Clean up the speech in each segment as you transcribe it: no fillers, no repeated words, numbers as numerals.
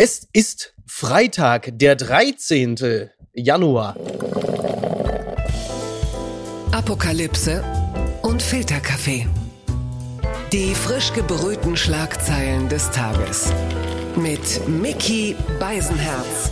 Es ist Freitag, der 13. Januar. Apokalypse und Filterkaffee. Die frisch gebrühten Schlagzeilen des Tages. Mit Micky Beisenherz.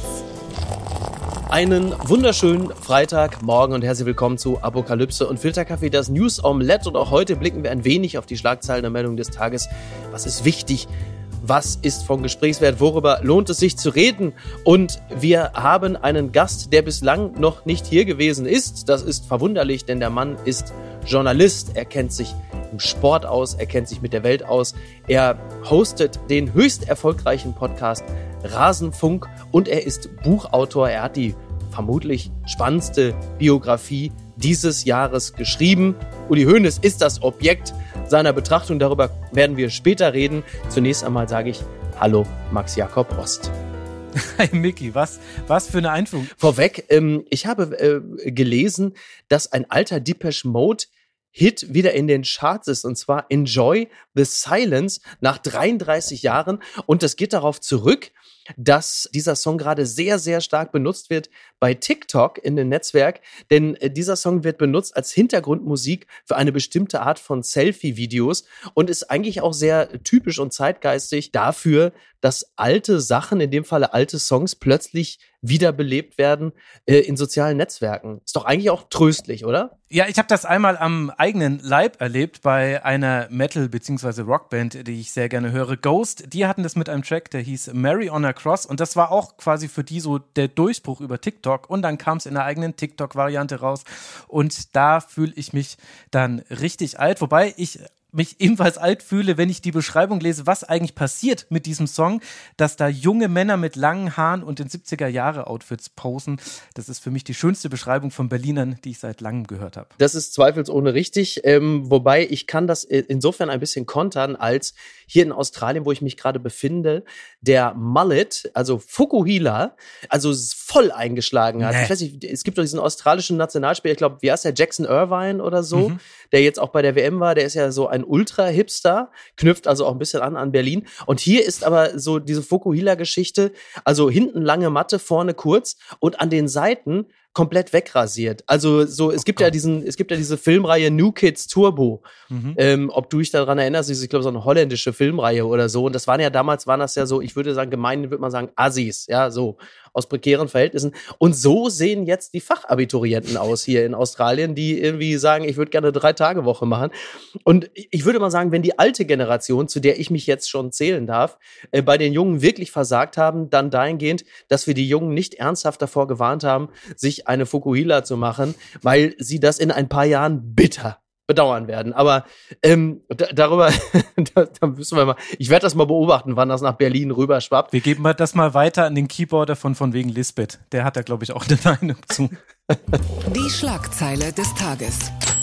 Einen wunderschönen Freitagmorgen und herzlich willkommen zu Apokalypse und Filterkaffee, das News Omelette. Und auch heute blicken wir ein wenig auf die Schlagzeilen der Meldung des Tages. Was ist wichtig? Was ist von Gesprächswert? Worüber lohnt es sich zu reden? Und wir haben einen Gast, der bislang noch nicht hier gewesen ist. Das ist verwunderlich, denn der Mann ist Journalist. Er kennt sich im Sport aus, er kennt sich mit der Welt aus. Er hostet den höchst erfolgreichen Podcast Rasenfunk und er ist Buchautor. Er hat die vermutlich spannendste Biografie dieses Jahres geschrieben. Uli Hoeneß ist das Objekt seiner Betrachtung. Darüber werden wir später reden. Zunächst einmal sage ich Hallo, Max Jakob Ost. Hi Micky, was für eine Einführung. Vorweg, ich habe gelesen, dass ein alter Depeche Mode Hit wieder in den Charts ist, und zwar Enjoy the Silence nach 33 Jahren. Und das geht darauf zurück, dass dieser Song gerade sehr, sehr stark benutzt wird bei TikTok in dem Netzwerk, denn dieser Song wird benutzt als Hintergrundmusik für eine bestimmte Art von Selfie-Videos und ist eigentlich auch sehr typisch und zeitgeistig dafür, dass alte Sachen, in dem Falle alte Songs, plötzlich wiederbelebt werden in sozialen Netzwerken. Ist doch eigentlich auch tröstlich, oder? Ja, ich habe das einmal am eigenen Leib erlebt bei einer Metal- bzw. Rockband, die ich sehr gerne höre. Ghost, die hatten das mit einem Track, der hieß Mary on a Cross und das war auch quasi für die so der Durchbruch über TikTok und dann kam es in der eigenen TikTok-Variante raus und da fühle ich mich dann richtig alt, wobei ich mich ebenfalls alt fühle, wenn ich die Beschreibung lese, was eigentlich passiert mit diesem Song, dass da junge Männer mit langen Haaren und in 70er-Jahre-Outfits posen. Das ist für mich die schönste Beschreibung von Berlinern, die ich seit langem gehört habe. Das ist zweifelsohne richtig, wobei ich kann das insofern ein bisschen kontern, als hier in Australien, wo ich mich gerade befinde, der Mullet, also Fukuhila, also voll eingeschlagen hat. Nee. Ich weiß nicht, es gibt doch diesen australischen Nationalspieler, ich glaube, wie heißt der, Jackson Irvine oder so, der jetzt auch bei der WM war, der ist ja so ein Ultra-Hipster, knüpft also auch ein bisschen an Berlin. Und hier ist aber so diese Fukuhila-Geschichte, also hinten lange Matte, vorne kurz und an den Seiten komplett wegrasiert. Also so, es gibt ja diese Filmreihe New Kids Turbo. Ob du dich daran erinnerst, ich glaube, so eine holländische Filmreihe oder so. Und das waren das ja so, ich würde sagen, gemeinhin würde man sagen, Assis, ja, so aus prekären Verhältnissen. Und so sehen jetzt die Fachabiturienten aus hier in Australien, die irgendwie sagen, ich würde gerne 3-Tage-Woche machen. Und ich würde mal sagen, wenn die alte Generation, zu der ich mich jetzt schon zählen darf, bei den Jungen wirklich versagt haben, dann dahingehend, dass wir die Jungen nicht ernsthaft davor gewarnt haben, sich eine Fukuhila zu machen, weil sie das in ein paar Jahren bitter bedauern werden. Aber darüber, da müssen wir mal, ich werde das mal beobachten, wann das nach Berlin rüber schwappt. Wir geben das mal weiter an den Keyboarder von wegen Lisbeth. Der hat da, glaube ich, auch eine Meinung zu. Die Schlagzeile des Tages.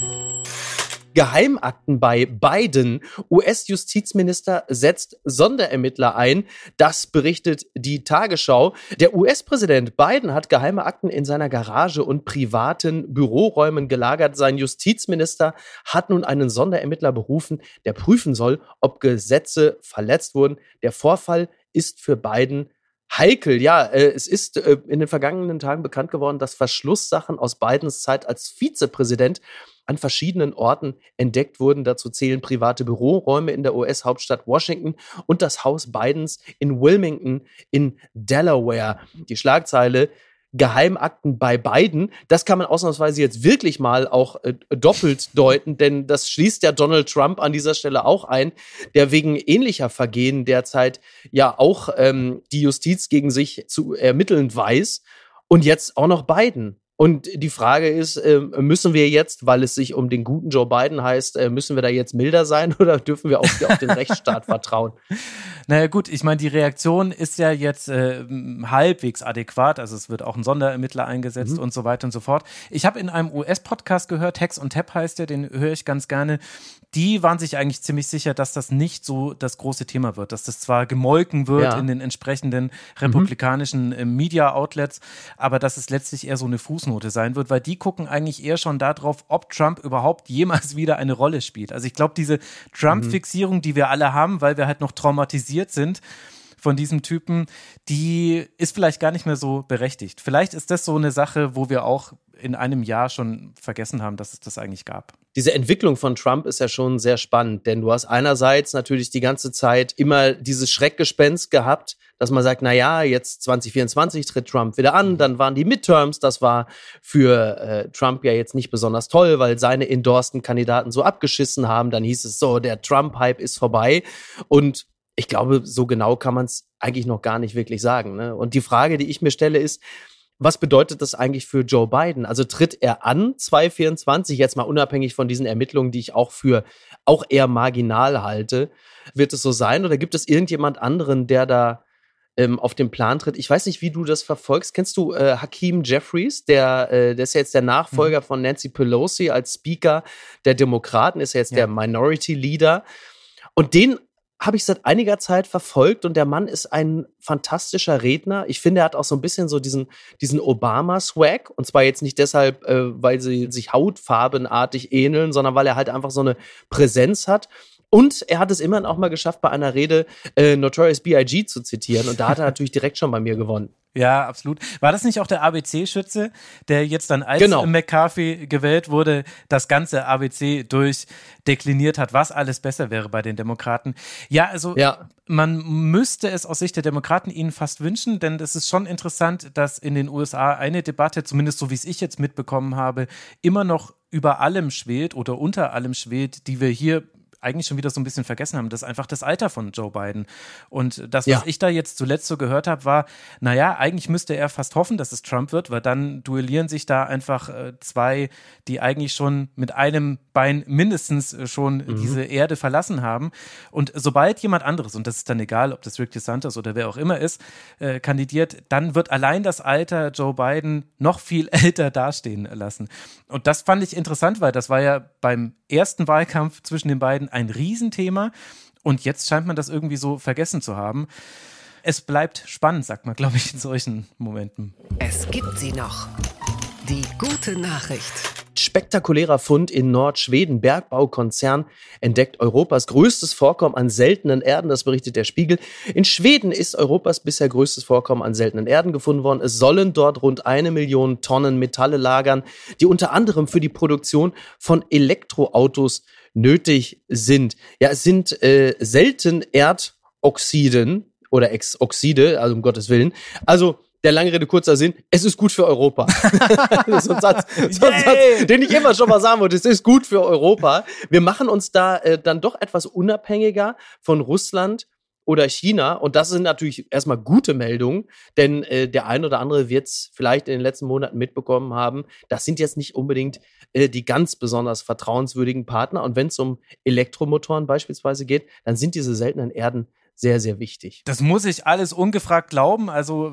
Geheimakten bei Biden. US-Justizminister setzt Sonderermittler ein. Das berichtet die Tagesschau. Der US-Präsident Biden hat geheime Akten in seiner Garage und privaten Büroräumen gelagert. Sein Justizminister hat nun einen Sonderermittler berufen, der prüfen soll, ob Gesetze verletzt wurden. Der Vorfall ist für Biden heikel. Ja, es ist in den vergangenen Tagen bekannt geworden, dass Verschlusssachen aus Bidens Zeit als Vizepräsident an verschiedenen Orten entdeckt wurden. Dazu zählen private Büroräume in der US-Hauptstadt Washington und das Haus Bidens in Wilmington in Delaware. Die Schlagzeile Geheimakten bei Biden, das kann man ausnahmsweise jetzt wirklich mal auch doppelt deuten, denn das schließt ja Donald Trump an dieser Stelle auch ein, der wegen ähnlicher Vergehen derzeit ja auch die Justiz gegen sich zu ermitteln weiß und jetzt auch noch Biden. Und die Frage ist, müssen wir jetzt, weil es sich um den guten Joe Biden heißt, müssen wir da jetzt milder sein oder dürfen wir auf den Rechtsstaat vertrauen? Naja gut, ich meine, die Reaktion ist ja jetzt halbwegs adäquat, also es wird auch ein Sonderermittler eingesetzt und so weiter und so fort. Ich habe in einem US-Podcast gehört, Hex und Tap heißt der, den höre ich ganz gerne, die waren sich eigentlich ziemlich sicher, dass das nicht so das große Thema wird, dass das zwar gemolken wird in den entsprechenden republikanischen Media-Outlets, aber dass es letztlich eher so eine Fußnote sein wird, weil die gucken eigentlich eher schon darauf, ob Trump überhaupt jemals wieder eine Rolle spielt. Also ich glaube, diese Trump-Fixierung, die wir alle haben, weil wir halt noch traumatisiert sind von diesem Typen, die ist vielleicht gar nicht mehr so berechtigt. Vielleicht ist das so eine Sache, wo wir auch in einem Jahr schon vergessen haben, dass es das eigentlich gab. Diese Entwicklung von Trump ist ja schon sehr spannend, denn du hast einerseits natürlich die ganze Zeit immer dieses Schreckgespenst gehabt, dass man sagt, naja, jetzt 2024 tritt Trump wieder an, dann waren die Midterms, das war für Trump ja jetzt nicht besonders toll, weil seine endorsten Kandidaten so abgeschissen haben, dann hieß es so, der Trump-Hype ist vorbei und ich glaube, so genau kann man es eigentlich noch gar nicht wirklich sagen, ne? Und die Frage, die ich mir stelle, ist, was bedeutet das eigentlich für Joe Biden? Also tritt er an 2024, jetzt mal unabhängig von diesen Ermittlungen, die ich auch für auch eher marginal halte, wird es so sein? Oder gibt es irgendjemand anderen, der da auf den Plan tritt? Ich weiß nicht, wie du das verfolgst. Kennst du Hakeem Jeffries? Der ist ja jetzt der Nachfolger von Nancy Pelosi als Speaker der Demokraten, ist ja jetzt der Minority Leader. Und den habe ich seit einiger Zeit verfolgt und der Mann ist ein fantastischer Redner. Ich finde, er hat auch so ein bisschen so diesen Obama-Swag und zwar jetzt nicht deshalb, weil sie sich hautfarbenartig ähneln, sondern weil er halt einfach so eine Präsenz hat. Und er hat es immerhin auch mal geschafft, bei einer Rede Notorious B.I.G. zu zitieren und da hat er natürlich direkt schon bei mir gewonnen. Ja, absolut. War das nicht auch der ABC-Schütze, der jetzt dann, als McCarthy gewählt wurde, das ganze ABC durchdekliniert hat, was alles besser wäre bei den Demokraten? Ja, also man müsste es aus Sicht der Demokraten ihnen fast wünschen, denn es ist schon interessant, dass in den USA eine Debatte, zumindest so wie es ich jetzt mitbekommen habe, immer noch über allem schwelt oder unter allem schwelt, die wir hier eigentlich schon wieder so ein bisschen vergessen haben, das ist einfach das Alter von Joe Biden. Und das, was ich da jetzt zuletzt so gehört habe, war, naja, eigentlich müsste er fast hoffen, dass es Trump wird, weil dann duellieren sich da einfach zwei, die eigentlich schon mit einem Bein mindestens schon diese Erde verlassen haben. Und sobald jemand anderes, und das ist dann egal, ob das Rick DeSantis oder wer auch immer ist, kandidiert, dann wird allein das Alter Joe Biden noch viel älter dastehen lassen. Und das fand ich interessant, weil das war ja beim ersten Wahlkampf zwischen den beiden ein Riesenthema und jetzt scheint man das irgendwie so vergessen zu haben. Es bleibt spannend, sagt man, glaube ich, in solchen Momenten. Es gibt sie noch. Die gute Nachricht. Spektakulärer Fund in Nordschweden. Bergbaukonzern entdeckt Europas größtes Vorkommen an seltenen Erden. Das berichtet der Spiegel. In Schweden ist Europas bisher größtes Vorkommen an seltenen Erden gefunden worden. Es sollen dort rund 1 Million Tonnen Metalle lagern, die unter anderem für die Produktion von Elektroautos nötig sind. Ja, es sind selten Erdoxiden oder Oxide, also um Gottes Willen. Also der lange Rede, kurzer Sinn, es ist gut für Europa. Das ist so ein Satz, den ich immer schon mal sagen wollte, es ist gut für Europa. Wir machen uns da dann doch etwas unabhängiger von Russland oder China und das sind natürlich erstmal gute Meldungen, denn der ein oder andere wird es vielleicht in den letzten Monaten mitbekommen haben, das sind jetzt nicht unbedingt die ganz besonders vertrauenswürdigen Partner und wenn es um Elektromotoren beispielsweise geht, dann sind diese seltenen Erden sehr, sehr wichtig. Das muss ich alles ungefragt glauben. Also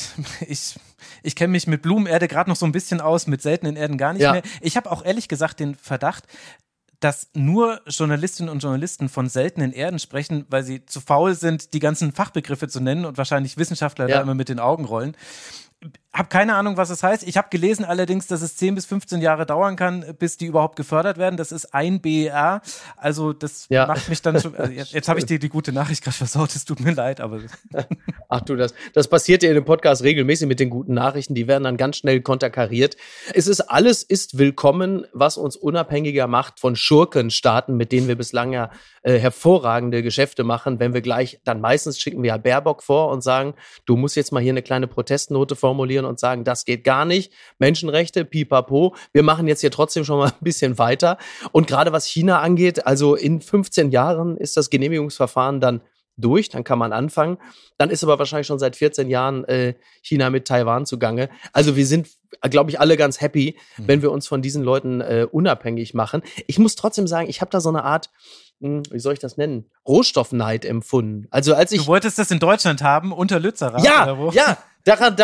ich kenne mich mit Blumenerde gerade noch so ein bisschen aus, mit seltenen Erden gar nicht mehr. Ich habe auch ehrlich gesagt den Verdacht, dass nur Journalistinnen und Journalisten von seltenen Erden sprechen, weil sie zu faul sind, die ganzen Fachbegriffe zu nennen und wahrscheinlich Wissenschaftler da immer mit den Augen rollen. Habe keine Ahnung, was es heißt. Ich habe gelesen allerdings, dass es 10 bis 15 Jahre dauern kann, bis die überhaupt gefördert werden. Das ist ein BER. Also das macht mich dann schon... Jetzt habe ich dir die gute Nachricht gerade versaut. Es tut mir leid, aber... Ach du, das passiert ja in dem Podcast regelmäßig mit den guten Nachrichten. Die werden dann ganz schnell konterkariert. Alles ist willkommen, was uns unabhängiger macht von Schurkenstaaten, mit denen wir bislang ja hervorragende Geschäfte machen. Wenn wir gleich, dann meistens schicken wir ja Baerbock vor und sagen, du musst jetzt mal hier eine kleine Protestnote formulieren und sagen, das geht gar nicht. Menschenrechte, pipapo. Wir machen jetzt hier trotzdem schon mal ein bisschen weiter. Und gerade was China angeht, also in 15 Jahren ist das Genehmigungsverfahren dann durch, dann kann man anfangen. Dann ist aber wahrscheinlich schon seit 14 Jahren China mit Taiwan zugange. Also wir sind, glaube ich, alle ganz happy, wenn wir uns von diesen Leuten unabhängig machen. Ich muss trotzdem sagen, ich habe da so eine Art, wie soll ich das nennen, Rohstoffneid empfunden. Also als Du wolltest das in Deutschland haben, unter Lützerath? Ja, oder wo? ja. Daran,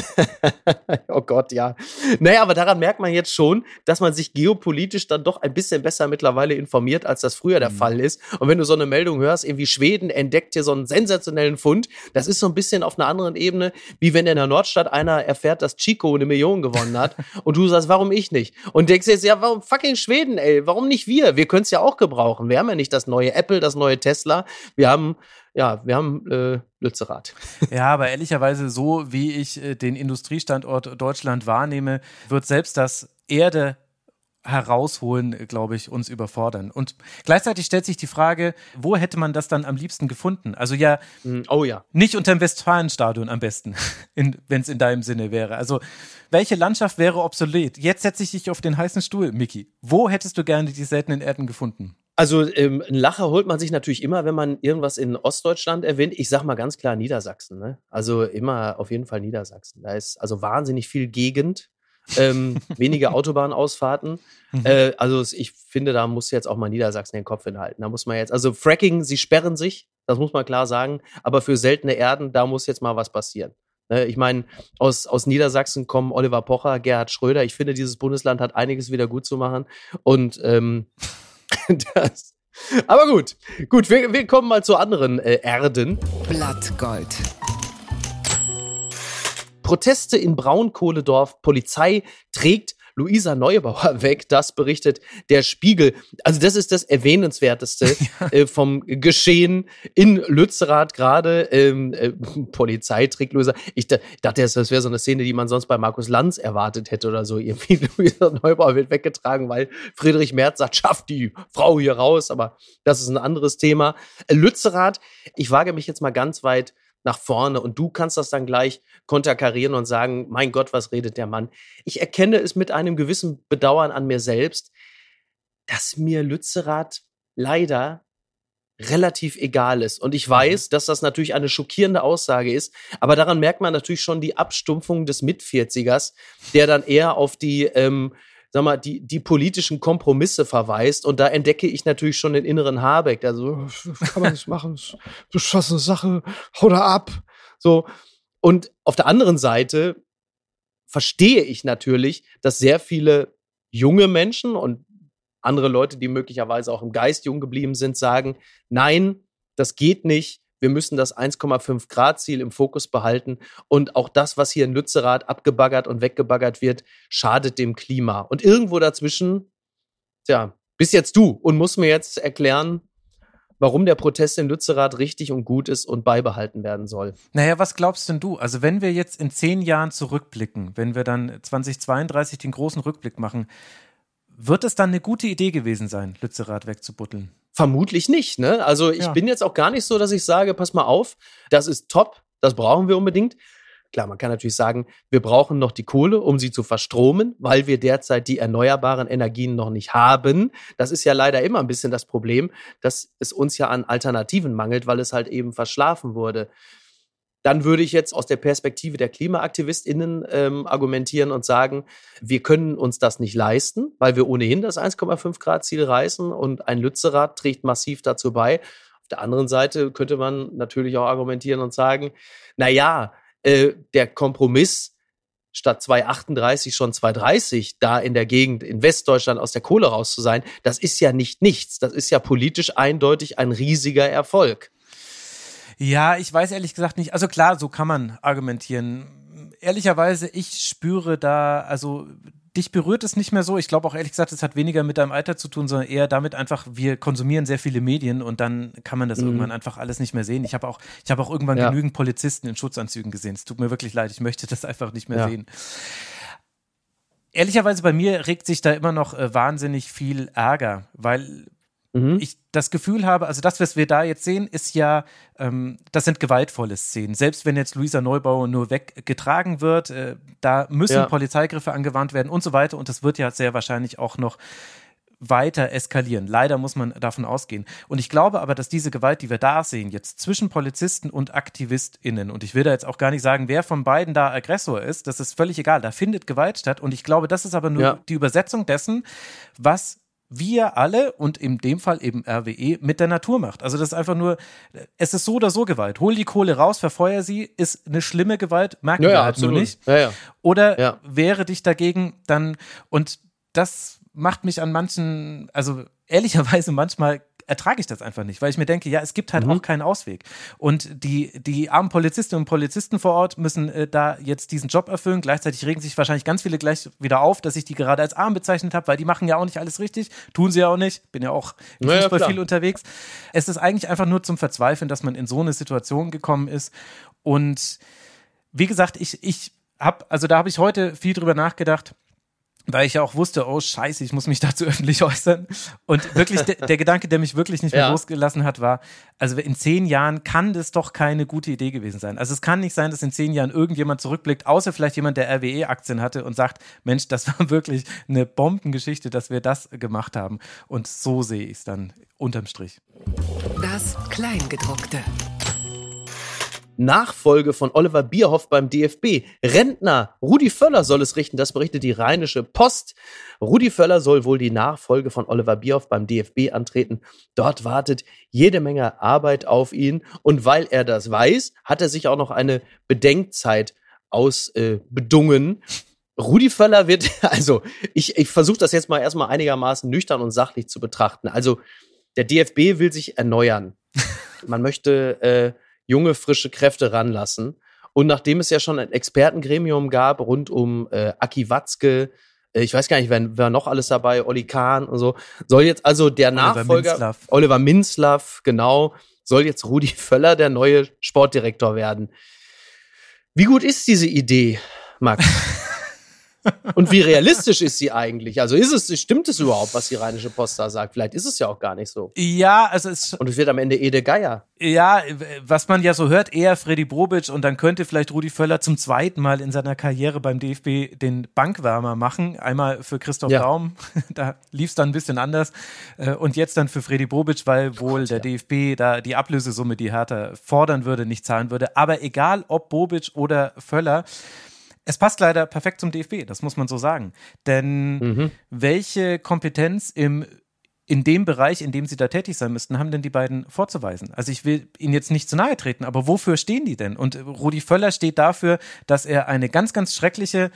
oh Gott, ja. Naja, aber daran merkt man jetzt schon, dass man sich geopolitisch dann doch ein bisschen besser mittlerweile informiert, als das früher der Fall ist. Und wenn du so eine Meldung hörst, irgendwie Schweden entdeckt hier so einen sensationellen Fund, das ist so ein bisschen auf einer anderen Ebene, wie wenn in der Nordstadt einer erfährt, dass Chico 1 Million gewonnen hat und du sagst, warum ich nicht? Und denkst jetzt, ja, warum fucking Schweden, ey? Warum nicht wir? Wir können es ja auch gebrauchen. Wir haben ja nicht das neue Apple, das neue Tesla. Wir haben ja, wir haben Lützerath. Ja, aber ehrlicherweise, so wie ich den Industriestandort Deutschland wahrnehme, wird selbst das Erde herausholen, glaube ich, uns überfordern. Und gleichzeitig stellt sich die Frage, wo hätte man das dann am liebsten gefunden? Also ja, nicht unterm Westfalenstadion am besten, wenn es in deinem Sinne wäre. Also welche Landschaft wäre obsolet? Jetzt setze ich dich auf den heißen Stuhl, Miki. Wo hättest du gerne die seltenen Erden gefunden? Also einen Lacher holt man sich natürlich immer, wenn man irgendwas in Ostdeutschland erwähnt. Ich sag mal ganz klar Niedersachsen. Ne? Also immer auf jeden Fall Niedersachsen. Da ist also wahnsinnig viel Gegend. Wenige Autobahnausfahrten. Also ich finde, da muss jetzt auch mal Niedersachsen den Kopf hinhalten. Da muss man jetzt, also Fracking, sie sperren sich, das muss man klar sagen, aber für seltene Erden, da muss jetzt mal was passieren. Ich meine, aus Niedersachsen kommen Oliver Pocher, Gerhard Schröder. Ich finde, dieses Bundesland hat einiges wieder gut zu machen. Und das. Aber gut, wir kommen mal zu anderen Erden. Blattgold. Proteste in Braunkohledorf, Polizei trägt Luisa Neubauer weg, das berichtet der Spiegel. Also das ist das Erwähnenswerteste vom Geschehen in Lützerath gerade. Polizei trägt Luisa. Ich dachte, das wäre so eine Szene, die man sonst bei Markus Lanz erwartet hätte oder so. Irgendwie Luisa Neubauer wird weggetragen, weil Friedrich Merz sagt, schafft die Frau hier raus. Aber das ist ein anderes Thema. Lützerath, ich wage mich jetzt mal ganz weit nach vorne und du kannst das dann gleich konterkarieren und sagen, mein Gott, was redet der Mann? Ich erkenne es mit einem gewissen Bedauern an mir selbst, dass mir Lützerath leider relativ egal ist. Und ich weiß, dass das natürlich eine schockierende Aussage ist, aber daran merkt man natürlich schon die Abstumpfung des Mit-40ers, der dann eher auf die die politischen Kompromisse verweist. Und da entdecke ich natürlich schon den inneren Habeck. Also, kann man nicht machen, das ist eine beschlossene Sache, hau da ab. So. Und auf der anderen Seite verstehe ich natürlich, dass sehr viele junge Menschen und andere Leute, die möglicherweise auch im Geist jung geblieben sind, sagen, nein, das geht nicht. Wir müssen das 1,5-Grad-Ziel im Fokus behalten. Und auch das, was hier in Lützerath abgebaggert und weggebaggert wird, schadet dem Klima. Und irgendwo dazwischen, bist jetzt du und musst mir jetzt erklären, warum der Protest in Lützerath richtig und gut ist und beibehalten werden soll. Naja, was glaubst denn du? Also wenn wir jetzt in 10 Jahren zurückblicken, wenn wir dann 2032 den großen Rückblick machen, wird es dann eine gute Idee gewesen sein, Lützerath wegzubuddeln? Vermutlich nicht, ne? Also ich bin jetzt auch gar nicht so, dass ich sage, pass mal auf, das ist top, das brauchen wir unbedingt. Klar, man kann natürlich sagen, wir brauchen noch die Kohle, um sie zu verstromen, weil wir derzeit die erneuerbaren Energien noch nicht haben. Das ist ja leider immer ein bisschen das Problem, dass es uns ja an Alternativen mangelt, weil es halt eben verschlafen wurde. Dann würde ich jetzt aus der Perspektive der KlimaaktivistInnen argumentieren und sagen, wir können uns das nicht leisten, weil wir ohnehin das 1,5-Grad-Ziel reißen und ein Lützerath trägt massiv dazu bei. Auf der anderen Seite könnte man natürlich auch argumentieren und sagen, der Kompromiss, statt 2038 schon 2030 da in der Gegend in Westdeutschland aus der Kohle raus zu sein, das ist ja nicht nichts. Das ist ja politisch eindeutig ein riesiger Erfolg. Ja, ich weiß ehrlich gesagt nicht. Also klar, so kann man argumentieren. Ehrlicherweise, ich spüre da, also dich berührt es nicht mehr so. Ich glaube auch ehrlich gesagt, es hat weniger mit deinem Alter zu tun, sondern eher damit einfach, wir konsumieren sehr viele Medien und dann kann man das irgendwann einfach alles nicht mehr sehen. Ich habe auch irgendwann genügend Polizisten in Schutzanzügen gesehen. Es tut mir wirklich leid, ich möchte das einfach nicht mehr sehen. Ehrlicherweise bei mir regt sich da immer noch wahnsinnig viel Ärger, weil ich das Gefühl habe, also das, was wir da jetzt sehen, ist ja, das sind gewaltvolle Szenen. Selbst wenn jetzt Luisa Neubauer nur weggetragen wird, da müssen Polizeigriffe angewandt werden und so weiter. Und das wird ja sehr wahrscheinlich auch noch weiter eskalieren. Leider muss man davon ausgehen. Und ich glaube aber, dass diese Gewalt, die wir da sehen, jetzt zwischen Polizisten und AktivistInnen, und ich will da jetzt auch gar nicht sagen, wer von beiden da Aggressor ist, das ist völlig egal. Da findet Gewalt statt. Und ich glaube, das ist aber nur die Übersetzung dessen, was wir alle und in dem Fall eben RWE mit der Natur macht. Also das ist einfach nur, es ist so oder so Gewalt. Hol die Kohle raus, verfeuer sie, ist eine schlimme Gewalt, merken wir halt nur nicht. Oder wehre dich dagegen dann, und das macht mich an manchen, also ehrlicherweise manchmal ertrage ich das einfach nicht, weil ich mir denke, ja, es gibt halt auch keinen Ausweg. Und die armen Polizistinnen und Polizisten vor Ort müssen da jetzt diesen Job erfüllen. Gleichzeitig regen sich wahrscheinlich ganz viele gleich wieder auf, dass ich die gerade als arm bezeichnet habe, weil die machen ja auch nicht alles richtig. Tun sie ja auch nicht. Bin ja auch im Fußball viel unterwegs. Es ist eigentlich einfach nur zum Verzweifeln, dass man in so eine Situation gekommen ist. Und wie gesagt, da habe ich heute viel drüber nachgedacht, weil ich ja auch wusste, oh Scheiße, ich muss mich dazu öffentlich äußern. Und wirklich, der Gedanke, der mich wirklich nicht mehr losgelassen hat, war, also in 10 Jahren kann das doch keine gute Idee gewesen sein. Also es kann nicht sein, dass in 10 Jahren irgendjemand zurückblickt, außer vielleicht jemand, der RWE-Aktien hatte und sagt, Mensch, das war wirklich eine Bombengeschichte, dass wir das gemacht haben. Und so sehe ich es dann unterm Strich. Das Kleingedruckte. Nachfolge von Oliver Bierhoff beim DFB. Rentner Rudi Völler soll es richten, das berichtet die Rheinische Post. Rudi Völler soll wohl die Nachfolge von Oliver Bierhoff beim DFB antreten. Dort wartet jede Menge Arbeit auf ihn. Und weil er das weiß, hat er sich auch noch eine Bedenkzeit ausbedungen. Rudi Völler wird, also ich versuche das jetzt mal erstmal einigermaßen nüchtern und sachlich zu betrachten. Also der DFB will sich erneuern. Man möchte junge, frische Kräfte ranlassen. Und nachdem es ja schon ein Expertengremium gab rund um Aki Watzke, ich weiß gar nicht, wer noch alles dabei, Olli Kahn und so, soll jetzt also der Nachfolger, Oliver Minzlaff, genau, soll jetzt Rudi Völler der neue Sportdirektor werden. Wie gut ist diese Idee, Max? Und wie realistisch ist sie eigentlich? Also stimmt es überhaupt, was die Rheinische Post da sagt? Vielleicht ist es ja auch gar nicht so. Ja, also und es wird am Ende Ede Geier. Ja, was man ja so hört, eher Freddy Bobic und dann könnte vielleicht Rudi Völler zum zweiten Mal in seiner Karriere beim DFB den Bankwärmer machen. Einmal für Christoph Daum, da lief es dann ein bisschen anders. Und jetzt dann für Freddy Bobic, weil wohl der DFB da die Ablösesumme, die Hertha fordern würde, nicht zahlen würde. Aber egal, ob Bobic oder Völler, es passt leider perfekt zum DFB, das muss man so sagen. Denn welche Kompetenz in dem Bereich, in dem sie da tätig sein müssten, haben denn die beiden vorzuweisen? Also ich will ihnen jetzt nicht zu nahe treten, aber wofür stehen die denn? Und Rudi Völler steht dafür, dass er eine ganz, ganz schreckliche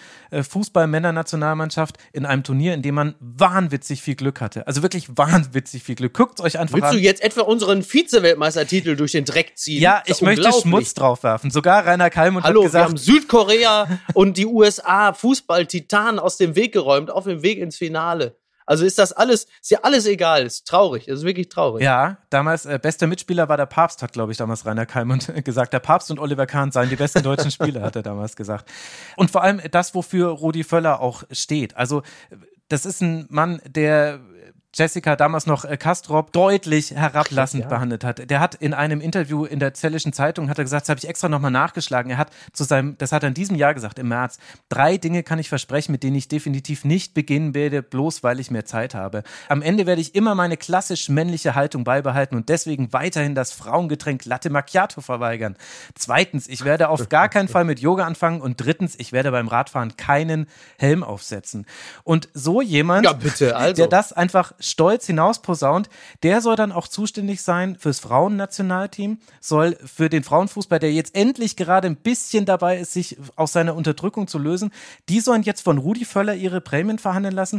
Fußball-Männer-Nationalmannschaft in einem Turnier, in dem man wahnwitzig viel Glück hatte. Also wirklich wahnwitzig viel Glück. Guckt es euch einfach an. Willst du jetzt etwa unseren Vize-Weltmeistertitel durch den Dreck ziehen? Ja, ich möchte Schmutz drauf werfen. Sogar Rainer Kallmund hat gesagt, wir haben Südkorea und die USA Fußball-Titanen aus dem Weg geräumt, auf dem Weg ins Finale. Also ist ja alles egal, ist traurig, ist wirklich traurig. Ja, damals, bester Mitspieler war der Papst, hat, glaube ich, damals Rainer Kallmund gesagt. Der Papst und Oliver Kahn seien die besten deutschen Spieler, hat er damals gesagt. Und vor allem das, wofür Rudi Völler auch steht. Also das ist ein Mann, der Jessica, damals noch Kastrop, deutlich herablassend behandelt hat. Der hat in einem Interview in der Zellischen Zeitung, hat er gesagt, das habe ich extra nochmal nachgeschlagen, das hat er in diesem Jahr gesagt, im März, 3 Dinge kann ich versprechen, mit denen ich definitiv nicht beginnen werde, bloß weil ich mehr Zeit habe. Am Ende werde ich immer meine klassisch männliche Haltung beibehalten und deswegen weiterhin das Frauengetränk Latte Macchiato verweigern. 2, ich werde auf gar keinen Fall mit Yoga anfangen und 3, ich werde beim Radfahren keinen Helm aufsetzen. Und so jemand, der das einfach stolz hinausposaunt, der soll dann auch zuständig sein fürs Frauennationalteam, soll für den Frauenfußball, der jetzt endlich gerade ein bisschen dabei ist, sich aus seiner Unterdrückung zu lösen, die sollen jetzt von Rudi Völler ihre Prämien verhandeln lassen.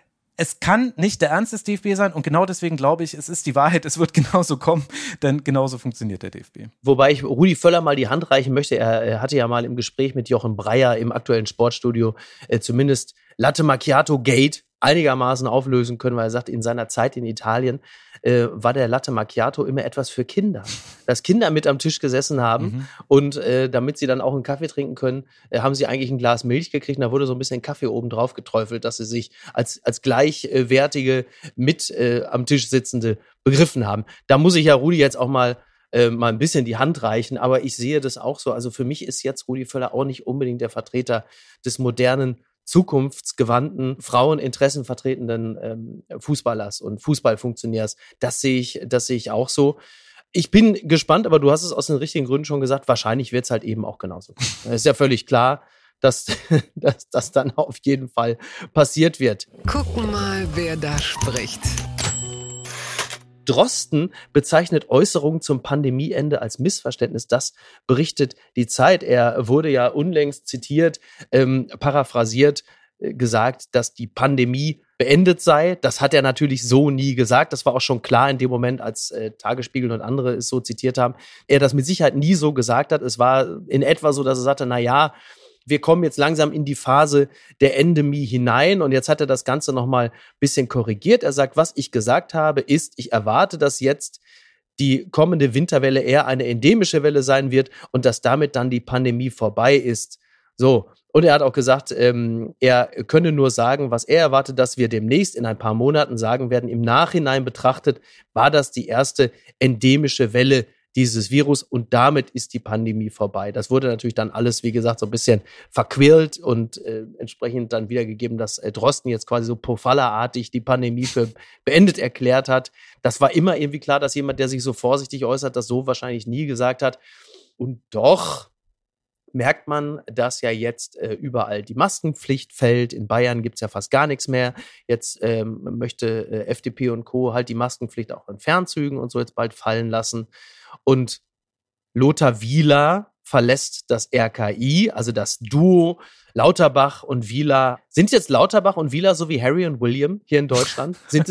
Es kann nicht der Ernst des DFB sein und genau deswegen glaube ich, es ist die Wahrheit, es wird genauso kommen, denn genauso funktioniert der DFB. Wobei ich Rudi Völler mal die Hand reichen möchte, er hatte ja mal im Gespräch mit Jochen Breyer im aktuellen Sportstudio zumindest Latte Macchiato Gate einigermaßen auflösen können, weil er sagt, in seiner Zeit in Italien war der Latte Macchiato immer etwas für Kinder. Dass Kinder mit am Tisch gesessen haben und damit sie dann auch einen Kaffee trinken können, haben sie eigentlich ein Glas Milch gekriegt und da wurde so ein bisschen Kaffee oben drauf geträufelt, dass sie sich als gleichwertige mit am Tisch sitzende begriffen haben. Da muss ich ja Rudi jetzt auch mal ein bisschen die Hand reichen, aber ich sehe das auch so. Also für mich ist jetzt Rudi Völler auch nicht unbedingt der Vertreter des modernen, zukunftsgewandten, Fraueninteressen vertretenden Fußballers und Fußballfunktionärs. Das sehe ich auch so. Ich bin gespannt, aber du hast es aus den richtigen Gründen schon gesagt, wahrscheinlich wird es halt eben auch genauso. Es ist ja völlig klar, dass das dann auf jeden Fall passiert wird. Gucken mal, wer da spricht. Drosten bezeichnet Äußerungen zum Pandemieende als Missverständnis. Das berichtet die Zeit. Er wurde ja unlängst zitiert, paraphrasiert. gesagt, dass die Pandemie beendet sei. Das hat er natürlich so nie gesagt. Das war auch schon klar in dem Moment, als Tagesspiegel und andere es so zitiert haben. Er das mit Sicherheit nie so gesagt hat. Es war in etwa so, dass er sagte, wir kommen jetzt langsam in die Phase der Endemie hinein und jetzt hat er das Ganze nochmal ein bisschen korrigiert. Er sagt, was ich gesagt habe, ist, ich erwarte, dass jetzt die kommende Winterwelle eher eine endemische Welle sein wird und dass damit dann die Pandemie vorbei ist. So. Und er hat auch gesagt, er könne nur sagen, was er erwartet, dass wir demnächst in ein paar Monaten sagen werden. Im Nachhinein betrachtet war das die erste endemische Welle dieses Virus und damit ist die Pandemie vorbei. Das wurde natürlich dann alles, wie gesagt, so ein bisschen verquirlt und entsprechend dann wiedergegeben, dass Drosten jetzt quasi so Pofalla-artig die Pandemie für beendet erklärt hat. Das war immer irgendwie klar, dass jemand, der sich so vorsichtig äußert, das so wahrscheinlich nie gesagt hat. Und doch merkt man, dass ja jetzt überall die Maskenpflicht fällt. In Bayern gibt es ja fast gar nichts mehr. Jetzt möchte FDP und Co. halt die Maskenpflicht auch in Fernzügen und so jetzt bald fallen lassen. Und Lothar Wieler verlässt das RKI, also das Duo Lauterbach und Wieler. Sind jetzt Lauterbach und Wieler so wie Harry und William hier in Deutschland? sind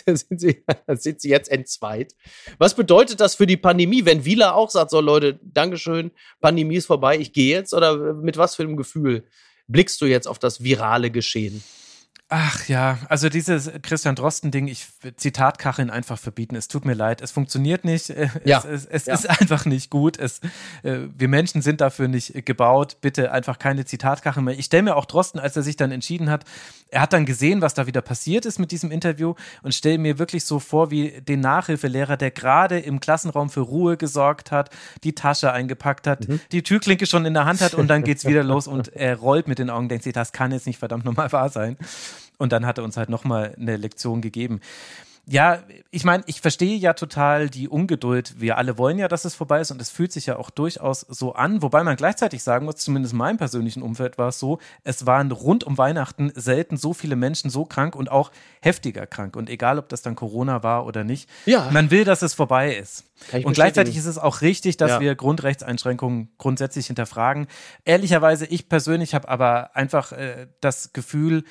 sie jetzt entzweit? Was bedeutet das für die Pandemie, wenn Wieler auch sagt, so Leute, Dankeschön, Pandemie ist vorbei, ich gehe jetzt? Oder mit was für einem Gefühl blickst du jetzt auf das virale Geschehen? Ach ja, also dieses Christian Drosten-Ding, Zitatkacheln einfach verbieten. Es tut mir leid, es funktioniert nicht. Es ist einfach nicht gut. Wir Menschen sind dafür nicht gebaut. Bitte einfach keine Zitatkacheln mehr. Ich stelle mir auch Drosten, als er sich dann entschieden hat, er hat dann gesehen, was da wieder passiert ist mit diesem Interview und stelle mir wirklich so vor, wie den Nachhilfelehrer, der gerade im Klassenraum für Ruhe gesorgt hat, die Tasche eingepackt hat, die Türklinke schon in der Hand hat und dann geht's wieder los und er rollt mit den Augen, denkt sich, das kann jetzt nicht verdammt nochmal wahr sein. Und dann hat er uns halt nochmal eine Lektion gegeben. Ja, ich meine, ich verstehe ja total die Ungeduld. Wir alle wollen ja, dass es vorbei ist und es fühlt sich ja auch durchaus so an. Wobei man gleichzeitig sagen muss, zumindest in meinem persönlichen Umfeld war es so, es waren rund um Weihnachten selten so viele Menschen so krank und auch heftiger krank. Und egal, ob das dann Corona war oder nicht, man will, dass es vorbei ist. Und gleichzeitig ist es auch richtig, dass wir Grundrechtseinschränkungen grundsätzlich hinterfragen. Ehrlicherweise, ich persönlich habe aber einfach das Gefühl,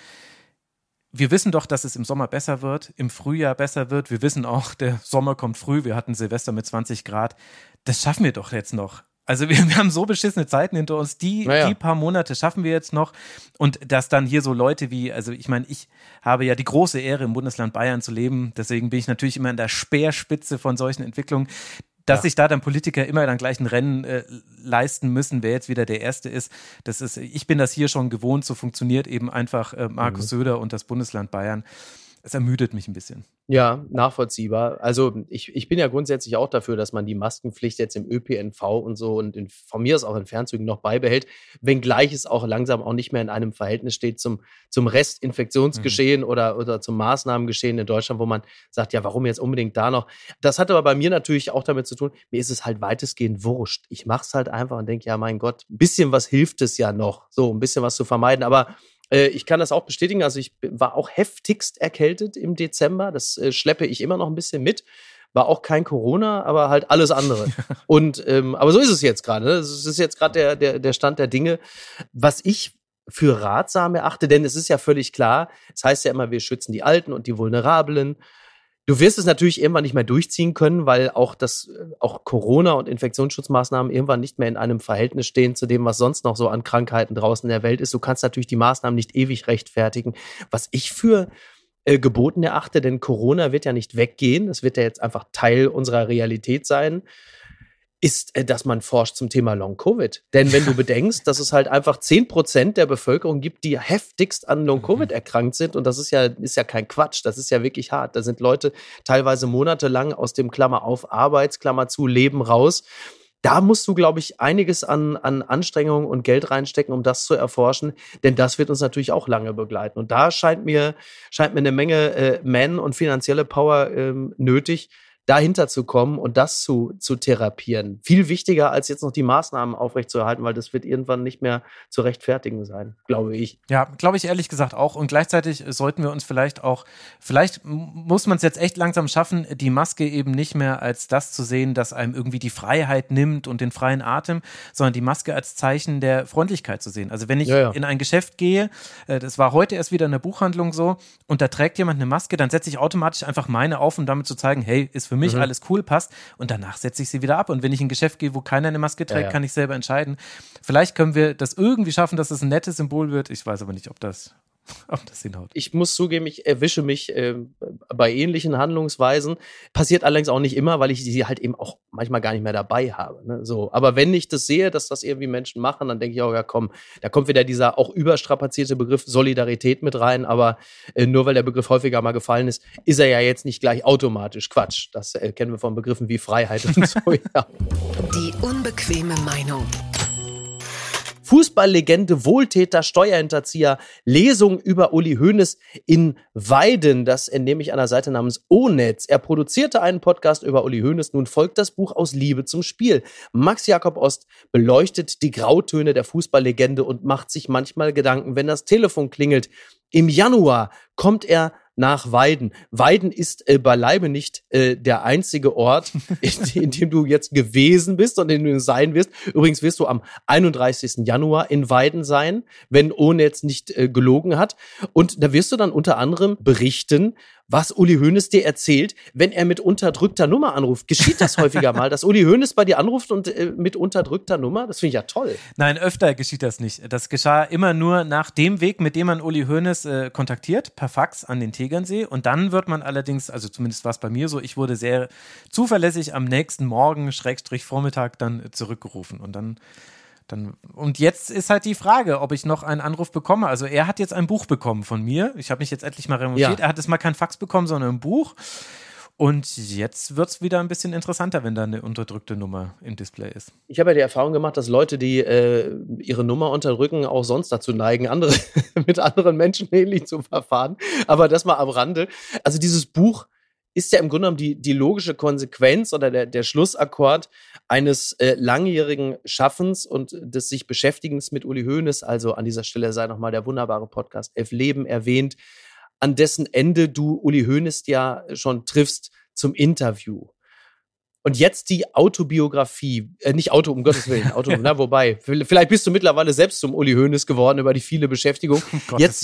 wir wissen doch, dass es im Sommer besser wird, im Frühjahr besser wird. Wir wissen auch, der Sommer kommt früh. Wir hatten Silvester mit 20 Grad. Das schaffen wir doch jetzt noch. Also wir haben so beschissene Zeiten hinter uns. Die paar Monate schaffen wir jetzt noch. Und dass dann hier so Leute wie, also ich meine, ich habe ja die große Ehre, im Bundesland Bayern zu leben. Deswegen bin ich natürlich immer in der Speerspitze von solchen Entwicklungen. Dass sich da dann Politiker immer dann gleich ein Rennen leisten müssen, wer jetzt wieder der Erste ist. Ich bin das hier schon gewohnt, so funktioniert eben einfach Markus Söder und das Bundesland Bayern. Es ermüdet mich ein bisschen. Ja, nachvollziehbar. Also ich bin ja grundsätzlich auch dafür, dass man die Maskenpflicht jetzt im ÖPNV und so und von mir aus auch in Fernzügen noch beibehält, wenngleich es auch langsam auch nicht mehr in einem Verhältnis steht zum Restinfektionsgeschehen oder zum Maßnahmengeschehen in Deutschland, wo man sagt, ja, warum jetzt unbedingt da noch? Das hat aber bei mir natürlich auch damit zu tun, mir ist es halt weitestgehend wurscht. Ich mach's halt einfach und denke, ja, mein Gott, ein bisschen was hilft es ja noch, so ein bisschen was zu vermeiden, aber ich kann das auch bestätigen, also ich war auch heftigst erkältet im Dezember, das schleppe ich immer noch ein bisschen mit, war auch kein Corona, aber halt alles andere. Und aber so ist es jetzt gerade, ne? Es ist jetzt gerade der Stand der Dinge, was ich für ratsam erachte, denn es ist ja völlig klar, es heißt ja immer, wir schützen die Alten und die Vulnerablen. Du wirst es natürlich irgendwann nicht mehr durchziehen können, weil auch Corona und Infektionsschutzmaßnahmen irgendwann nicht mehr in einem Verhältnis stehen zu dem, was sonst noch so an Krankheiten draußen in der Welt ist. Du kannst natürlich die Maßnahmen nicht ewig rechtfertigen. Was ich für geboten erachte, denn Corona wird ja nicht weggehen. Das wird ja jetzt einfach Teil unserer Realität sein, ist, dass man forscht zum Thema Long-Covid. Denn wenn du bedenkst, dass es halt einfach 10% der Bevölkerung gibt, die heftigst an Long-Covid erkrankt sind, und das ist ja kein Quatsch, das ist ja wirklich hart. Da sind Leute teilweise monatelang aus dem Klammer auf Klammer zu Leben raus. Da musst du, glaube ich, einiges an Anstrengungen und Geld reinstecken, um das zu erforschen, denn das wird uns natürlich auch lange begleiten. Und da scheint mir eine Menge Man und finanzielle Power nötig, dahinter zu kommen und das zu therapieren. Viel wichtiger, als jetzt noch die Maßnahmen aufrechtzuerhalten, weil das wird irgendwann nicht mehr zu rechtfertigen sein, glaube ich. Ja, glaube ich ehrlich gesagt auch. Und gleichzeitig sollten wir uns vielleicht muss man es jetzt echt langsam schaffen, die Maske eben nicht mehr als das zu sehen, das einem irgendwie die Freiheit nimmt und den freien Atem, sondern die Maske als Zeichen der Freundlichkeit zu sehen. Also wenn ich in ein Geschäft gehe, das war heute erst wieder in der Buchhandlung so, und da trägt jemand eine Maske, dann setze ich automatisch einfach meine auf, um damit zu zeigen, hey, ist für mich alles cool, passt, und danach setze ich sie wieder ab. Und wenn ich in ein Geschäft gehe, wo keiner eine Maske trägt, kann ich selber entscheiden. Vielleicht können wir das irgendwie schaffen, dass es ein nettes Symbol wird. Ich weiß aber nicht, ob das hinhaut. Ich muss zugeben, ich erwische mich bei ähnlichen Handlungsweisen. Passiert allerdings auch nicht immer, weil ich sie halt eben auch manchmal gar nicht mehr dabei habe. Ne? So. Aber wenn ich das sehe, dass das irgendwie Menschen machen, dann denke ich auch, ja komm, da kommt wieder dieser auch überstrapazierte Begriff Solidarität mit rein. Aber nur weil der Begriff häufiger mal gefallen ist, ist er ja jetzt nicht gleich automatisch Quatsch. Das kennen wir von Begriffen wie Freiheit und so. Ja. Die unbequeme Meinung. Fußballlegende, Wohltäter, Steuerhinterzieher, Lesung über Uli Hoeneß in Weiden. Das entnehme ich einer Seite namens O-Netz. Er produzierte einen Podcast über Uli Hoeneß. Nun folgt das Buch Aus Liebe zum Spiel. Max Jakob Ost beleuchtet die Grautöne der Fußballlegende und macht sich manchmal Gedanken, wenn das Telefon klingelt. Im Januar kommt er nach Weiden. Weiden ist beileibe nicht der einzige Ort, in dem du jetzt gewesen bist und in dem du sein wirst. Übrigens wirst du am 31. Januar in Weiden sein, wenn O-Netz nicht gelogen hat. Und da wirst du dann unter anderem berichten, was Uli Hoeneß dir erzählt, wenn er mit unterdrückter Nummer anruft. Geschieht das häufiger mal, dass Uli Hoeneß bei dir anruft und mit unterdrückter Nummer? Das finde ich ja toll. Nein, öfter geschieht das nicht. Das geschah immer nur nach dem Weg, mit dem man Uli Hoeneß kontaktiert, per Fax an den Tegernsee. Und dann wird man allerdings, also zumindest war es bei mir so, ich wurde sehr zuverlässig am nächsten Morgen, Vormittag dann zurückgerufen. Und jetzt ist halt die Frage, ob ich noch einen Anruf bekomme. Also er hat jetzt ein Buch bekommen von mir. Ich habe mich jetzt endlich mal remontiert. Ja. Er hat jetzt mal kein Fax bekommen, sondern ein Buch. Und jetzt wird es wieder ein bisschen interessanter, wenn da eine unterdrückte Nummer im Display ist. Ich habe ja die Erfahrung gemacht, dass Leute, die ihre Nummer unterdrücken, auch sonst dazu neigen, mit anderen Menschen ähnlich zu verfahren. Aber das mal am Rande. Also dieses Buch ist ja im Grunde genommen die logische Konsequenz oder der Schlussakkord eines langjährigen Schaffens und des sich Beschäftigens mit Uli Hoeneß. Also an dieser Stelle sei nochmal der wunderbare Podcast Elf Leben erwähnt, an dessen Ende du Uli Hoeneß ja schon triffst zum Interview. Und jetzt die Autobiografie, nicht Auto, um Gottes Willen, Auto, na, wobei, vielleicht bist du mittlerweile selbst zum Uli Hoeneß geworden über die viele Beschäftigung. Jetzt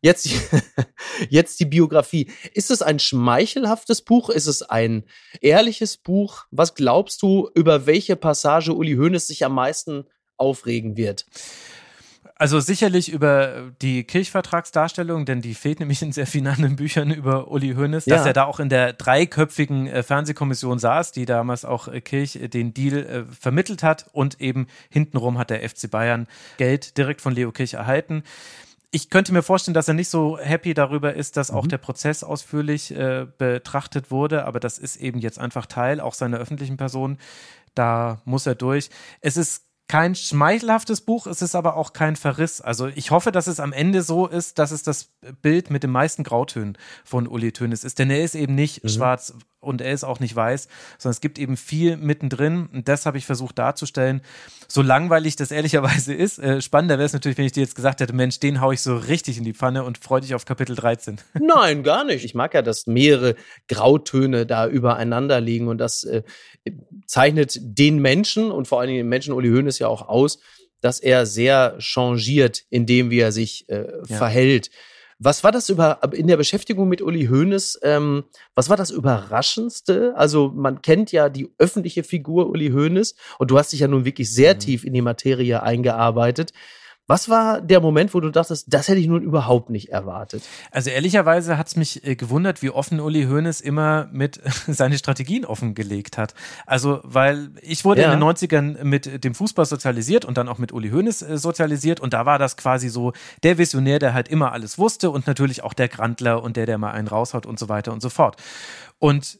die Biografie. Ist es ein schmeichelhaftes Buch? Ist es ein ehrliches Buch? Was glaubst du, über welche Passage Uli Hoeneß sich am meisten aufregen wird? Also sicherlich über die Kirchvertragsdarstellung, denn die fehlt nämlich in sehr vielen anderen Büchern über Uli Hoeneß, dass er da auch in der dreiköpfigen Fernsehkommission saß, die damals auch Kirch den Deal vermittelt hat, und eben hintenrum hat der FC Bayern Geld direkt von Leo Kirch erhalten. Ich könnte mir vorstellen, dass er nicht so happy darüber ist, dass auch der Prozess ausführlich betrachtet wurde, aber das ist eben jetzt einfach Teil auch seiner öffentlichen Person. Da muss er durch. Es ist kein schmeichelhaftes Buch, es ist aber auch kein Verriss. Also ich hoffe, dass es am Ende so ist, dass es das Bild mit den meisten Grautönen von Uli Hoeneß ist. Denn er ist eben nicht schwarz und er ist auch nicht weiß, sondern es gibt eben viel mittendrin. Und das habe ich versucht darzustellen. So langweilig das ehrlicherweise ist, spannender wäre es natürlich, wenn ich dir jetzt gesagt hätte, Mensch, den hau ich so richtig in die Pfanne und freu dich auf Kapitel 13. Nein, gar nicht. Ich mag ja, dass mehrere Grautöne da übereinander liegen und das zeichnet den Menschen und vor allen Dingen den Menschen Uli Hoeneß ja auch aus, dass er sehr changiert in dem, wie er sich verhält. Was war das in der Beschäftigung mit Uli Hoeneß, was war das Überraschendste? Also man kennt ja die öffentliche Figur Uli Hoeneß und du hast dich ja nun wirklich sehr tief in die Materie eingearbeitet. Was war der Moment, wo du dachtest, das hätte ich nun überhaupt nicht erwartet? Also ehrlicherweise hat es mich gewundert, wie offen Uli Hoeneß immer mit seine Strategien offengelegt hat. Also, weil ich wurde in den 90ern mit dem Fußball sozialisiert und dann auch mit Uli Hoeneß sozialisiert und da war das quasi so der Visionär, der halt immer alles wusste und natürlich auch der Grandler und der mal einen raushaut und so weiter und so fort. Und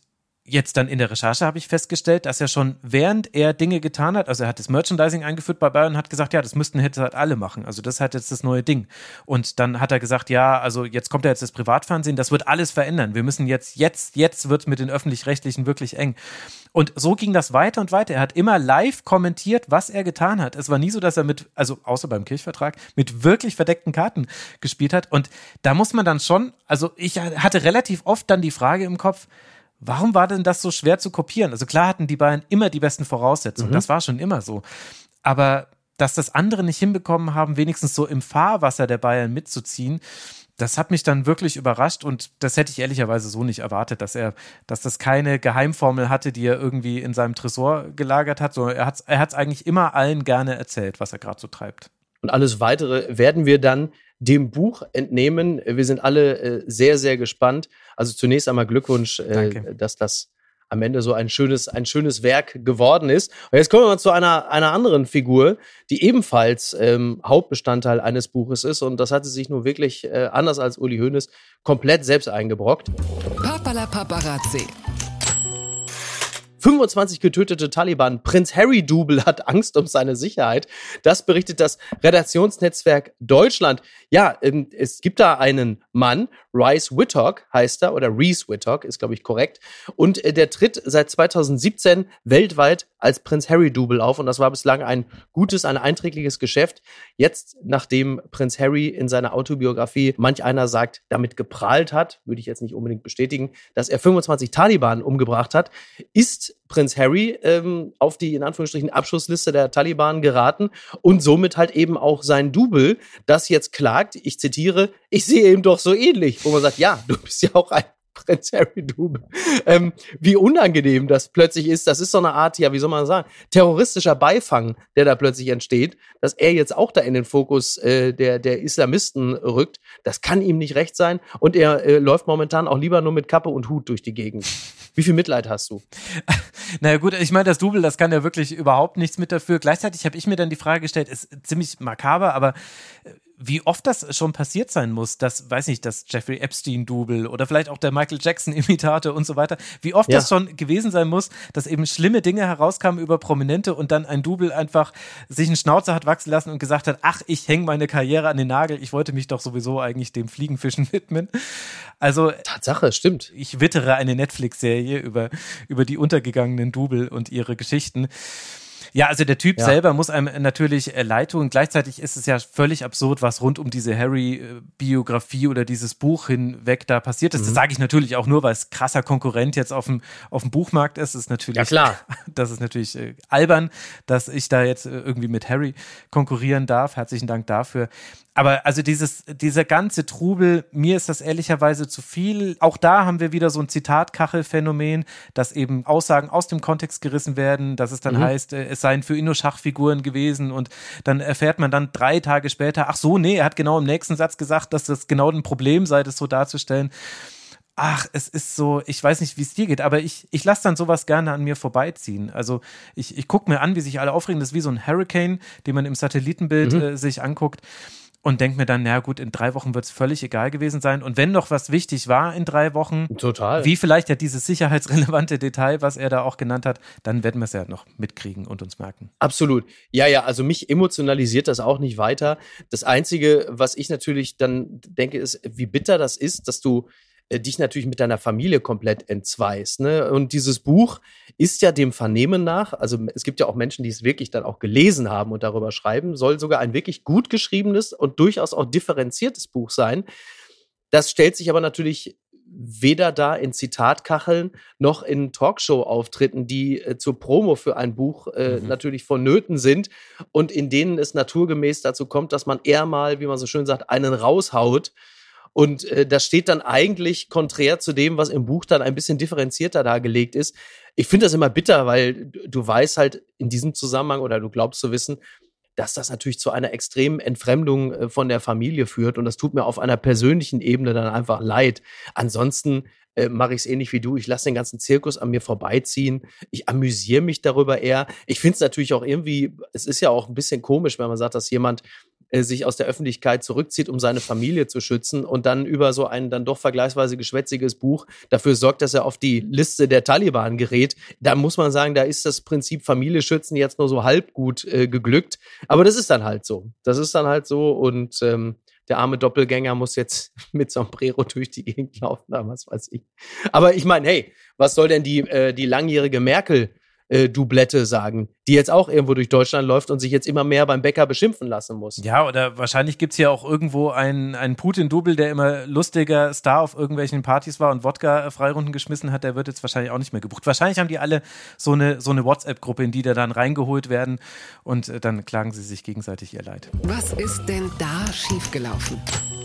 jetzt dann in der Recherche habe ich festgestellt, dass er schon während er Dinge getan hat, also er hat das Merchandising eingeführt bei Bayern und hat gesagt, ja, das müssten jetzt halt alle machen. Also das ist halt jetzt das neue Ding. Und dann hat er gesagt, ja, also jetzt kommt ja jetzt das Privatfernsehen, das wird alles verändern. Wir müssen jetzt wird mit den Öffentlich-Rechtlichen wirklich eng. Und so ging das weiter und weiter. Er hat immer live kommentiert, was er getan hat. Es war nie so, dass er außer beim Kirchvertrag, mit wirklich verdeckten Karten gespielt hat. Und da muss man dann schon, also ich hatte relativ oft dann die Frage im Kopf, warum war denn das so schwer zu kopieren? Also klar hatten die Bayern immer die besten Voraussetzungen, das war schon immer so. Aber dass das andere nicht hinbekommen haben, wenigstens so im Fahrwasser der Bayern mitzuziehen, das hat mich dann wirklich überrascht und das hätte ich ehrlicherweise so nicht erwartet, dass das keine Geheimformel hatte, die er irgendwie in seinem Tresor gelagert hat, sondern er hat's eigentlich immer allen gerne erzählt, was er gerade so treibt. Und alles Weitere werden wir dann dem Buch entnehmen. Wir sind alle sehr, sehr gespannt. Also zunächst einmal Glückwunsch, dass das am Ende so ein schönes Werk geworden ist. Und jetzt kommen wir mal zu einer anderen Figur, die ebenfalls Hauptbestandteil eines Buches ist. Und das hat sie sich nun wirklich, anders als Uli Hoeneß, komplett selbst eingebrockt. Papala Paparazzi. 25 getötete Taliban. Prinz Harry-Double hat Angst um seine Sicherheit. Das berichtet das Redaktionsnetzwerk Deutschland. Ja, es gibt da einen Mann, Reese Whittock heißt er, oder Reese Whittock ist, glaube ich, korrekt. Und der tritt seit 2017 weltweit als Prinz Harry-Double auf. Und das war bislang ein einträgliches Geschäft. Jetzt, nachdem Prinz Harry in seiner Autobiografie, manch einer sagt, damit geprahlt hat, würde ich jetzt nicht unbedingt bestätigen, dass er 25 Taliban umgebracht hat, ist Prinz Harry auf die, in Anführungsstrichen, Abschussliste der Taliban geraten und somit halt eben auch sein Double, das jetzt klagt, ich zitiere, ich sehe ihm doch so ähnlich, wo man sagt, ja, du bist ja auch ein Prinz Harry-Double. Wie unangenehm das plötzlich ist, das ist so eine Art, ja, wie soll man sagen, terroristischer Beifang, der da plötzlich entsteht, dass er jetzt auch da in den Fokus der Islamisten rückt, das kann ihm nicht recht sein und er läuft momentan auch lieber nur mit Kappe und Hut durch die Gegend. Wie viel Mitleid hast du? Naja gut, ich meine, das Double, das kann ja wirklich überhaupt nichts mit dafür. Gleichzeitig habe ich mir dann die Frage gestellt, ist ziemlich makaber, aber wie oft das schon passiert sein muss, das Jeffrey Epstein-Double oder vielleicht auch der Michael Jackson-Imitator und so weiter, wie oft das schon gewesen sein muss, dass eben schlimme Dinge herauskamen über Prominente und dann ein Double einfach sich einen Schnauzer hat wachsen lassen und gesagt hat, ach, ich hänge meine Karriere an den Nagel, ich wollte mich doch sowieso eigentlich dem Fliegenfischen widmen. Also Tatsache, stimmt. Ich wittere eine Netflix-Serie über die untergegangenen Double und ihre Geschichten. Ja, also der Typ selber muss einem natürlich leid tun. Gleichzeitig ist es ja völlig absurd, was rund um diese Harry-Biografie oder dieses Buch hinweg da passiert ist. Das sage ich natürlich auch nur, weil es krasser Konkurrent jetzt auf dem Buchmarkt ist. Das ist natürlich, ja, klar. Das ist natürlich albern, dass ich da jetzt irgendwie mit Harry konkurrieren darf. Herzlichen Dank dafür. Aber also dieser ganze Trubel, mir ist das ehrlicherweise zu viel. Auch da haben wir wieder so ein Zitatkachelphänomen, dass eben Aussagen aus dem Kontext gerissen werden, dass es dann heißt, es seien für ihn nur Schachfiguren gewesen und dann erfährt man dann 3 Tage später, ach so, nee, er hat genau im nächsten Satz gesagt, dass das genau ein Problem sei, das so darzustellen. Ach, es ist so, ich weiß nicht, wie es dir geht, aber ich lasse dann sowas gerne an mir vorbeiziehen. Also ich gucke mir an, wie sich alle aufregen. Das ist wie so ein Hurricane, den man im Satellitenbild sich anguckt. Und denke mir dann, na gut, in 3 Wochen wird es völlig egal gewesen sein. Und wenn noch was wichtig war in 3 Wochen, total, wie vielleicht ja dieses sicherheitsrelevante Detail, was er da auch genannt hat, dann werden wir es ja noch mitkriegen und uns merken. Absolut. Ja, also mich emotionalisiert das auch nicht weiter. Das Einzige, was ich natürlich dann denke, ist, wie bitter das ist, dass du dich natürlich mit deiner Familie komplett entzweist, ne? Und dieses Buch ist ja dem Vernehmen nach, also es gibt ja auch Menschen, die es wirklich dann auch gelesen haben und darüber schreiben, soll sogar ein wirklich gut geschriebenes und durchaus auch differenziertes Buch sein. Das stellt sich aber natürlich weder da in Zitatkacheln noch in Talkshow-Auftritten, die zur Promo für ein Buch natürlich vonnöten sind und in denen es naturgemäß dazu kommt, dass man eher mal, wie man so schön sagt, einen raushaut. Und das steht dann eigentlich konträr zu dem, was im Buch dann ein bisschen differenzierter dargelegt ist. Ich finde das immer bitter, weil du weißt halt in diesem Zusammenhang oder du glaubst zu wissen, dass das natürlich zu einer extremen Entfremdung von der Familie führt. Und das tut mir auf einer persönlichen Ebene dann einfach leid. Ansonsten mache ich es ähnlich wie du. Ich lasse den ganzen Zirkus an mir vorbeiziehen. Ich amüsiere mich darüber eher. Ich finde es natürlich auch irgendwie, es ist ja auch ein bisschen komisch, wenn man sagt, dass jemand sich aus der Öffentlichkeit zurückzieht, um seine Familie zu schützen und dann über so ein dann doch vergleichsweise geschwätziges Buch dafür sorgt, dass er auf die Liste der Taliban gerät. Da muss man sagen, da ist das Prinzip Familie schützen jetzt nur so halb gut geglückt. Aber das ist dann halt so. Und der arme Doppelgänger muss jetzt mit Sombrero durch die Gegend laufen, was weiß ich. Aber ich meine, hey, was soll denn die langjährige Merkel-Doublette sagen, die jetzt auch irgendwo durch Deutschland läuft und sich jetzt immer mehr beim Bäcker beschimpfen lassen muss? Ja, oder wahrscheinlich gibt's ja auch irgendwo einen Putin-Double, der immer lustiger Star auf irgendwelchen Partys war und Wodka-Freirunden geschmissen hat, der wird jetzt wahrscheinlich auch nicht mehr gebucht. Wahrscheinlich haben die alle so eine WhatsApp-Gruppe, in die da dann reingeholt werden und dann klagen sie sich gegenseitig ihr Leid. Was ist denn da schiefgelaufen?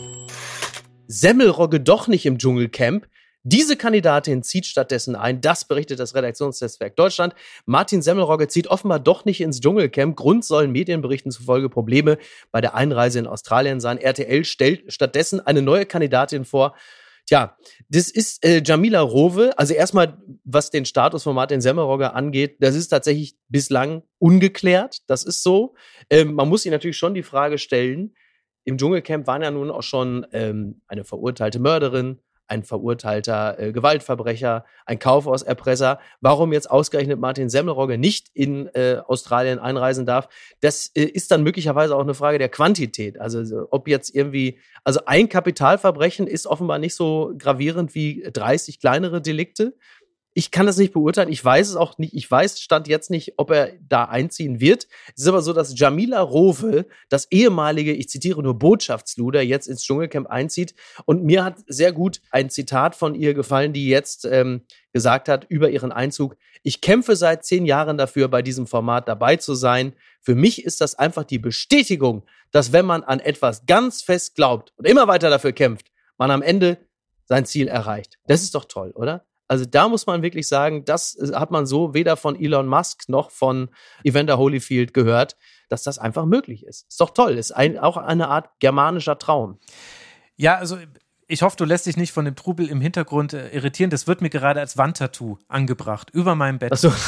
Semmelrogge doch nicht im Dschungelcamp. Diese Kandidatin zieht stattdessen ein, das berichtet das Redaktionsnetzwerk Deutschland. Martin Semmelrogge zieht offenbar doch nicht ins Dschungelcamp. Grund sollen Medienberichten zufolge Probleme bei der Einreise in Australien sein. RTL stellt stattdessen eine neue Kandidatin vor. Tja, das ist Jamila Rowe. Also erstmal, was den Status von Martin Semmelrogge angeht, das ist tatsächlich bislang ungeklärt. Das ist so. Man muss sich natürlich schon die Frage stellen, im Dschungelcamp waren ja nun auch schon eine verurteilte Mörderin, ein verurteilter Gewaltverbrecher, ein Kaufhauserpresser. Warum jetzt ausgerechnet Martin Semmelrogge nicht in Australien einreisen darf, das ist dann möglicherweise auch eine Frage der Quantität. Also ob jetzt irgendwie, also ein Kapitalverbrechen ist offenbar nicht so gravierend wie 30 kleinere Delikte. Ich kann das nicht beurteilen, ich weiß es auch nicht, Stand jetzt nicht, ob er da einziehen wird. Es ist aber so, dass Jamila Rowe, das ehemalige, ich zitiere nur, Botschaftsluder, jetzt ins Dschungelcamp einzieht. Und mir hat sehr gut ein Zitat von ihr gefallen, die jetzt gesagt hat über ihren Einzug: Ich kämpfe seit 10 Jahren dafür, bei diesem Format dabei zu sein. Für mich ist das einfach die Bestätigung, dass wenn man an etwas ganz fest glaubt und immer weiter dafür kämpft, man am Ende sein Ziel erreicht. Das ist doch toll, oder? Also da muss man wirklich sagen, das hat man so weder von Elon Musk noch von Evander Holyfield gehört, dass das einfach möglich ist. Ist doch toll, ist auch eine Art germanischer Traum. Ja, also ich hoffe, du lässt dich nicht von dem Trubel im Hintergrund irritieren. Das wird mir gerade als Wandtattoo angebracht, über meinem Bett. Ach so.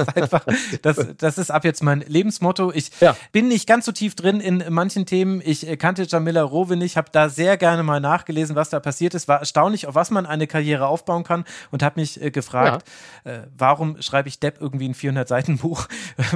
Das ist ab jetzt mein Lebensmotto. Ich bin nicht ganz so tief drin in manchen Themen. Ich kannte Jamila Rowe nicht, habe da sehr gerne mal nachgelesen, was da passiert ist. War erstaunlich, auf was man eine Karriere aufbauen kann und habe mich gefragt, warum schreibe ich Depp irgendwie ein 400-Seiten-Buch?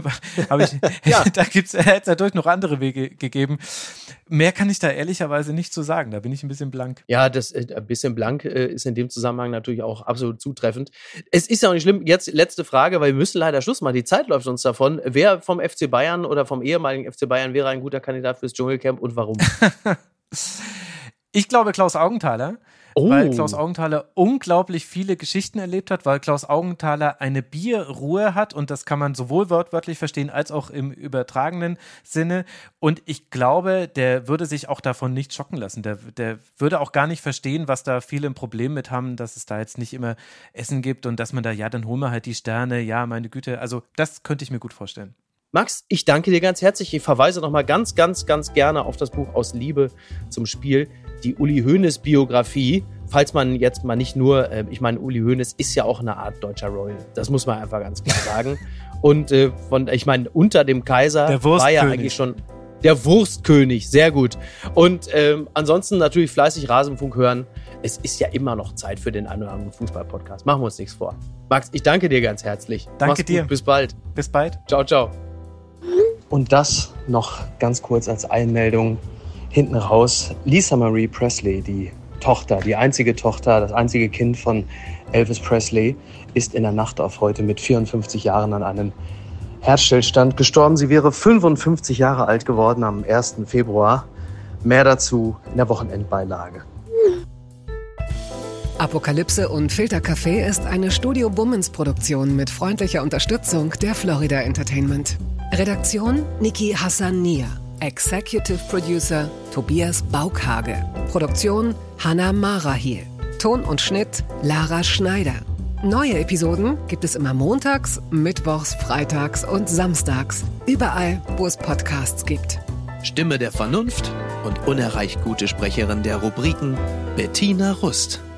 Da hätte es natürlich noch andere Wege gegeben. Mehr kann ich da ehrlicherweise nicht zu sagen. Da bin ich ein bisschen blank. Ja, das ein bisschen blank ist in dem Zusammenhang natürlich auch absolut zutreffend. Es ist ja auch nicht schlimm. Jetzt letzte Frage, weil wir müssen leider Schluss machen. Die Zeit läuft uns davon. Wer vom FC Bayern oder vom ehemaligen FC Bayern wäre ein guter Kandidat fürs Dschungelcamp und warum? Ich glaube Klaus Augenthaler. Weil Klaus Augenthaler unglaublich viele Geschichten erlebt hat, weil Klaus Augenthaler eine Bierruhe hat und das kann man sowohl wortwörtlich verstehen als auch im übertragenen Sinne und ich glaube, der würde sich auch davon nicht schocken lassen, der würde auch gar nicht verstehen, was da viele ein Problem mit haben, dass es da jetzt nicht immer Essen gibt und dass man da, ja, dann holen wir halt die Sterne, ja, meine Güte, also das könnte ich mir gut vorstellen. Max, ich danke dir ganz herzlich. Ich verweise nochmal ganz, ganz, ganz gerne auf das Buch Aus Liebe zum Spiel, die Uli Hoeneß-Biografie. Falls man jetzt mal nicht nur, ich meine, Uli Hoeneß ist ja auch eine Art deutscher Royal. Das muss man einfach ganz klar sagen. Und ich meine, unter dem Kaiser war ja eigentlich schon der Wurstkönig. Sehr gut. Und ansonsten natürlich fleißig Rasenfunk hören. Es ist ja immer noch Zeit für den einen oder anderen Fußball-Podcast. Machen wir uns nichts vor. Max, ich danke dir ganz herzlich. Danke dir. Bis bald. Bis bald. Ciao, ciao. Und das noch ganz kurz als Einmeldung hinten raus. Lisa Marie Presley, die Tochter, die einzige Tochter, das einzige Kind von Elvis Presley, ist in der Nacht auf heute mit 54 Jahren an einem Herzstillstand gestorben. Sie wäre 55 Jahre alt geworden am 1. Februar. Mehr dazu in der Wochenendbeilage. Apokalypse und Filtercafé ist eine Studio Bummens Produktion mit freundlicher Unterstützung der Florida Entertainment. Redaktion Niki Hassania. Executive Producer Tobias Baukhage. Produktion Hannah Marahiel. Ton und Schnitt Lara Schneider. Neue Episoden gibt es immer montags, mittwochs, freitags und samstags. Überall, wo es Podcasts gibt. Stimme der Vernunft und unerreicht gute Sprecherin der Rubriken Bettina Rust.